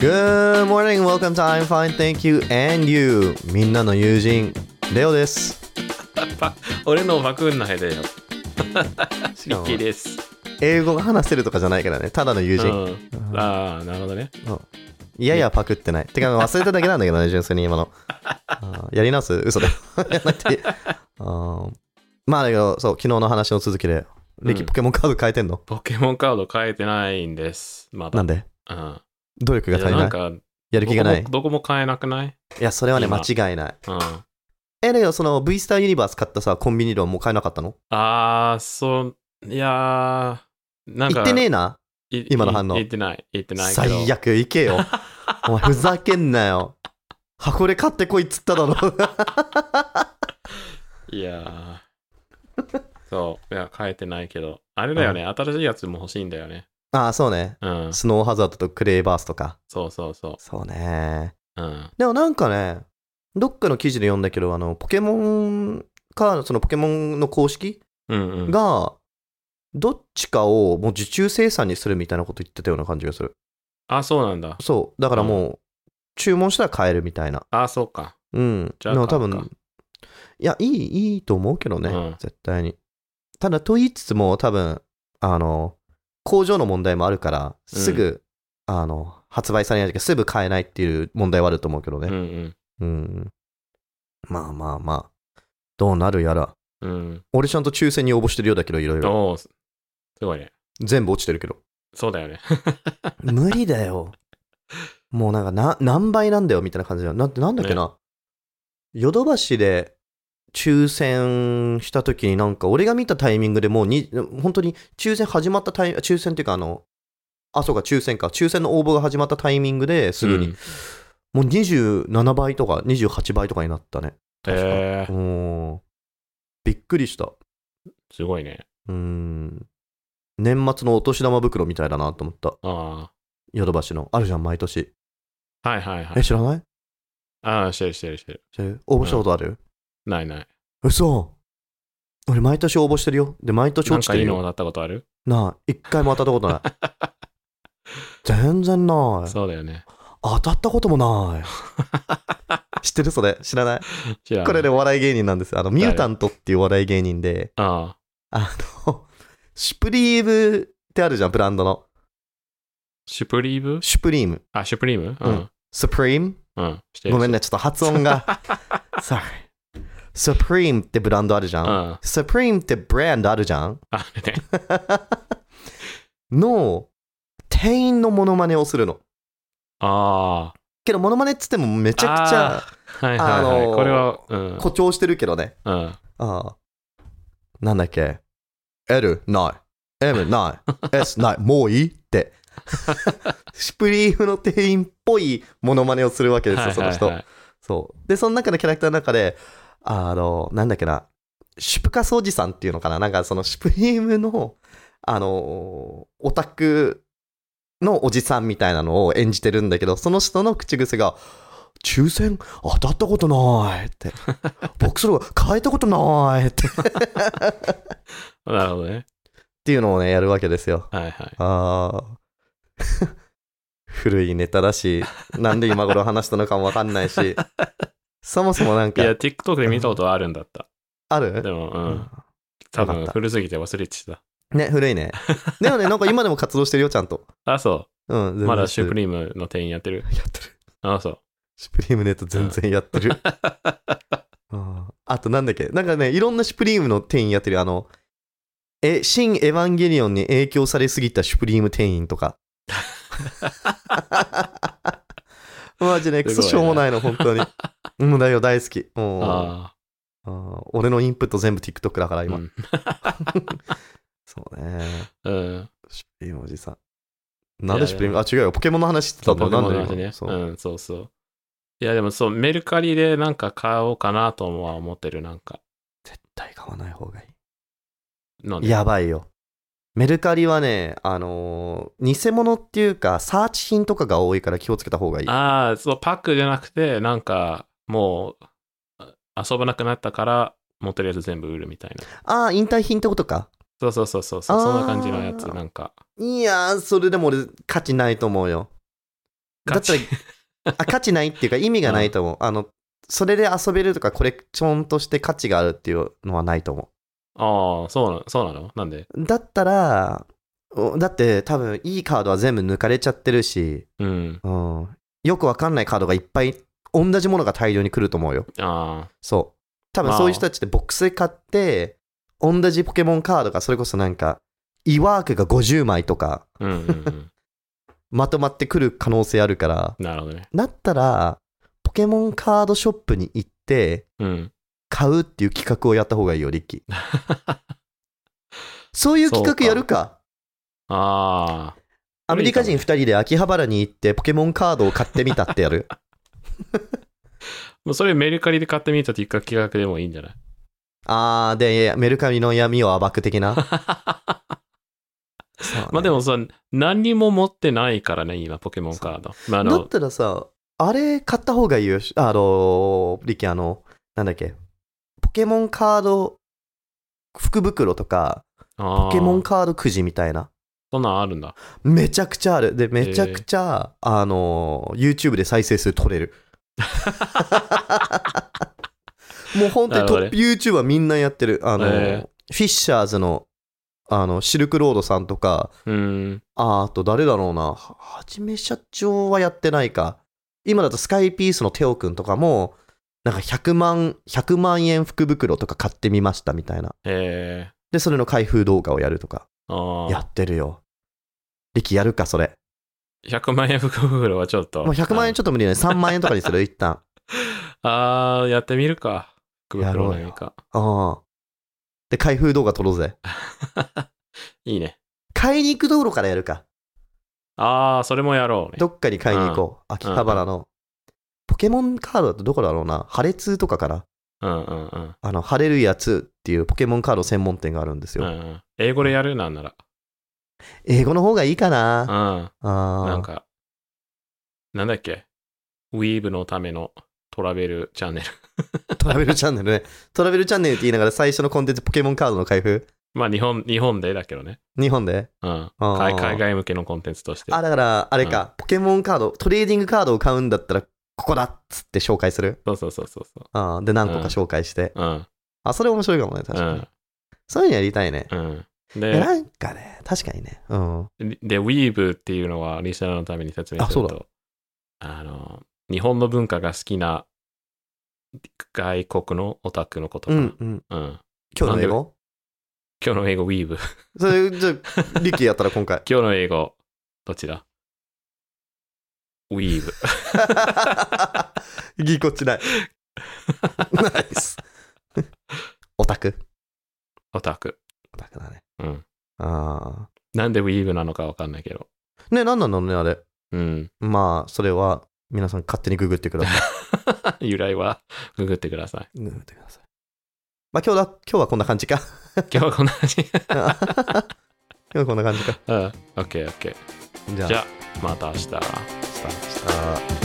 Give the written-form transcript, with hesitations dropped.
Good morning, welcome to I'm fine, thank you, and you みんなの友人、レオです俺のパクんないでよミッキーです。 英語が話せるとかじゃないからね、ただの友人、 ああ、なるほどね。 いやいやパクってないてか忘れただけなんだけどね、純粋に今のやり直す嘘だよまあだけど、そう、昨日の話の続きでリキポケモンカード変えてんの？ ポケモンカード変えてないんです。まだ。 なんで？努力が足りない？ なんかやる気がない？ どこも変えなくない？ いや、それはね、間違いない。だけどその V スターユニバース買ったさ、コンビニではもう買えなかったの？ いやー、なんか。 言ってねえな。今の反応。 言ってないけど。 最悪、行けよ。お前ふざけんなよ。箱で買ってこいっつっただろ。 いやー。そう。いや、変えてないけど。あれだよね、新しいやつも欲しいんだよね。 ああ、そうね。スノーハザードとクレイバースとか。 そう。 そうね。でもなんかね、どっかの記事で読んだけど、ポケモンか、そのポケモンの公式が、どっちかをもう受注生産にするみたいなこと言ってたような感じがする。 あ、そうなんだ。 そう。だからもう、注文したら買えるみたいな。 あ、そうか。 じゃあ多分、いや、いいと思うけどね、絶対に。ただと言いつつも、多分、工場の問題もあるから、すぐ、発売されないときすぐ買えないっていう問題はあると思うけどね。まあ、どうなるやら。俺ちゃんと抽選に応募してるようだけど、いろいろ。 すごいね。 全部落ちてるけど。 そうだよね。 無理だよ。もうなんか何倍なんだよみたいな感じだよ。なんだっけな。ヨドバシで抽選した時になんか俺が見たタイミングでもう本当に抽選始まった抽選っていうかそうか抽選の応募が始まったタイミングですぐに、もう27倍とか28倍とかになったね。確か。びっくりした。 すごいね。 年末のお年玉袋みたいだなと思った。ヨドバシのあるじゃん、毎年。 はい。 知らない？ してる。 応募したことある？ ない。 嘘。俺毎年応募してるよ。で、毎年落ちてるよ。 なんかいいの当たったことある？ 一回も当たったことない。全然ない。 そうだよね。 当たったこともない。知ってるそれ？知らない？これでお笑い芸人なんです。ミュータントっていうお笑い芸人で、シュプリームってあるじゃん、ブランドの。 シュプリーム？ シュプリーム。 シュプリーム？ スプリーム？ごめんね、ちょっと発音が。Sorry。Supreme ってブランドあるじゃん。Supreme ってブランドあるじゃん。の店員のモノマネをするの。けどモノマネっつってもめちゃくちゃこれは、 誇張してるけどね。なんだっけ L ない M ない S ないもういいってシュプリームの店員っぽいモノマネをするわけですよ、その人。そうでその中のキャラクターの中でなんだっけな、シュプカスおじさんっていうのかな、なんかそのシュプリームのオタクのおじさんみたいなのを演じてるんだけど、その人の口癖が抽選当たったことないって僕それ変えたことないってなるほどねっていうのをねやるわけですよ。古いネタだし、なんで今頃話したのかもわかんないしそもそもなんかいや TikTok で見たことあるんだった。 ある？ でも多分古すぎて忘れてたね。古いね。でもね、なんか今でも活動してるよ、ちゃんと。 そう。まだシュプリームの店員やってる？ やってる。 そう。 シュプリームネット全然やってる。あとなんだっけ、なんかね、いろんなシュプリームの店員やってる。新エヴァンゲリオンに影響されすぎたシュプリーム店員とか。マジね、クソしょうもないの、本当に。もうだよ、大好き。俺のインプット全部 TikTok だから今。そうね。シュプリームおじさん。なんでシュプリーム？違うよ。ポケモンの話してたんだよ。なんでね。そう。いやでもメルカリでなんか買おうかなとは思ってる、なんか。 絶対買わない方がいい。 なんで？ やばいよ。メルカリはね、偽物っていうか、サーチ品とかが多いから気をつけた方がいい。 そう、パックじゃなくて、なんか、もう、遊ばなくなったから、もうとりあえず全部売るみたいな。 引退品ってことか。 そう。そんな感じのやつ、なんか。 いやー、それでも俺、価値ないと思うよ。 だったら価値ないっていうか意味がないと思う。それで遊べるとかコレクションとして価値があるっていうのはないと思ああ、そうなのなんでう。だったら、だって多分いいカードは全部抜かれちゃってるし、 うん。 よくわかんないカードがいっぱい、同じものが大量に来ると思うよ。 ああ。 そう。多分そういう人たちってボックスで買って、同じポケモンカードがそれこそなんか、イワークが50枚とか、 うんうんうん。 まとまってくる可能性あるから、 なるほどね。 だったら、ポケモンカードショップに行って、 うん。 買うっていう企画をやった方がいいよ、リッキー。そういう企画やるか。 ああ。 アメリカ人2人で秋葉原に行ってポケモンカードを買ってみたってやる。 もうそれメルカリで買ってみたっていう企画でもいいんじゃない？ で、メルカリの闇を暴く的な。 ね、まあでもさ、何にも持ってないからね、今、ポケモンカード。まあ、 だったらさ、あれ買った方がいいよ。リッキー、なんだっけ、ポケモンカード福袋とか、ポケモンカードくじみたいな。 そんなんあるんだ。 めちゃくちゃある。で、めちゃくちゃ、YouTube で再生数取れる。もう本当にトップ YouTuber みんなやってる。フィッシャーズの、シルクロードさんとか、あと誰だろうな。はじめ社長はやってないか。今だとスカイピースのテオくんとかも、なんか100万円福袋とか買ってみましたみたいな。で、それの開封動画をやるとか。やってるよ。リキやるか、それ。 100万円福袋はちょっと。 もう100万円ちょっと無理ね。3万円とかにする、一旦。 やってみるか。福袋何か。 で、開封動画撮ろうぜ。 いいね。 買いに行くところからやるか。 それもやろうね。 どっかに買いに行こう。秋葉原の。ポケモンカードだとどこだろうな。ハレツとかかな。ハレルヤ2っていうポケモンカード専門店があるんですよ。 英語でやるなんなら。 英語の方がいいかな。 なんか、なんだっけ。ウィーブのためのトラベルチャンネル。 トラベルチャンネルね。トラベルチャンネルって言いながら最初のコンテンツポケモンカードの開封。 まあ日本でだけどね。 日本で海外向けのコンテンツとして。 だから、あれか、ポケモンカード、トレーディングカードを買うんだったら、ここだっつって紹介する。 そう。 で、何個か紹介して。それ面白いかもね、確かに。そういうのやりたいね。で、なんかね、確かにね。 で、ウィーブっていうのは、リスナーのために説明すると、日本の文化が好きな外国のオタクのことか。 今日の英語ウィーブ。 それ、じゃあ、リッキーやったら今回。 今日の英語、どちら？ウィーブ。 ぎこちない。ナイス。オタクだね。 なんでウィーブなのかわかんないけど。 ね、なんなのね、あれ。まあ、それは皆さん勝手にググってください。由来はググってください。 まあ、今日はこんな感じか。 今日はこんな感じ。 今日はこんな感じか。 オッケー。じゃあ、また明日。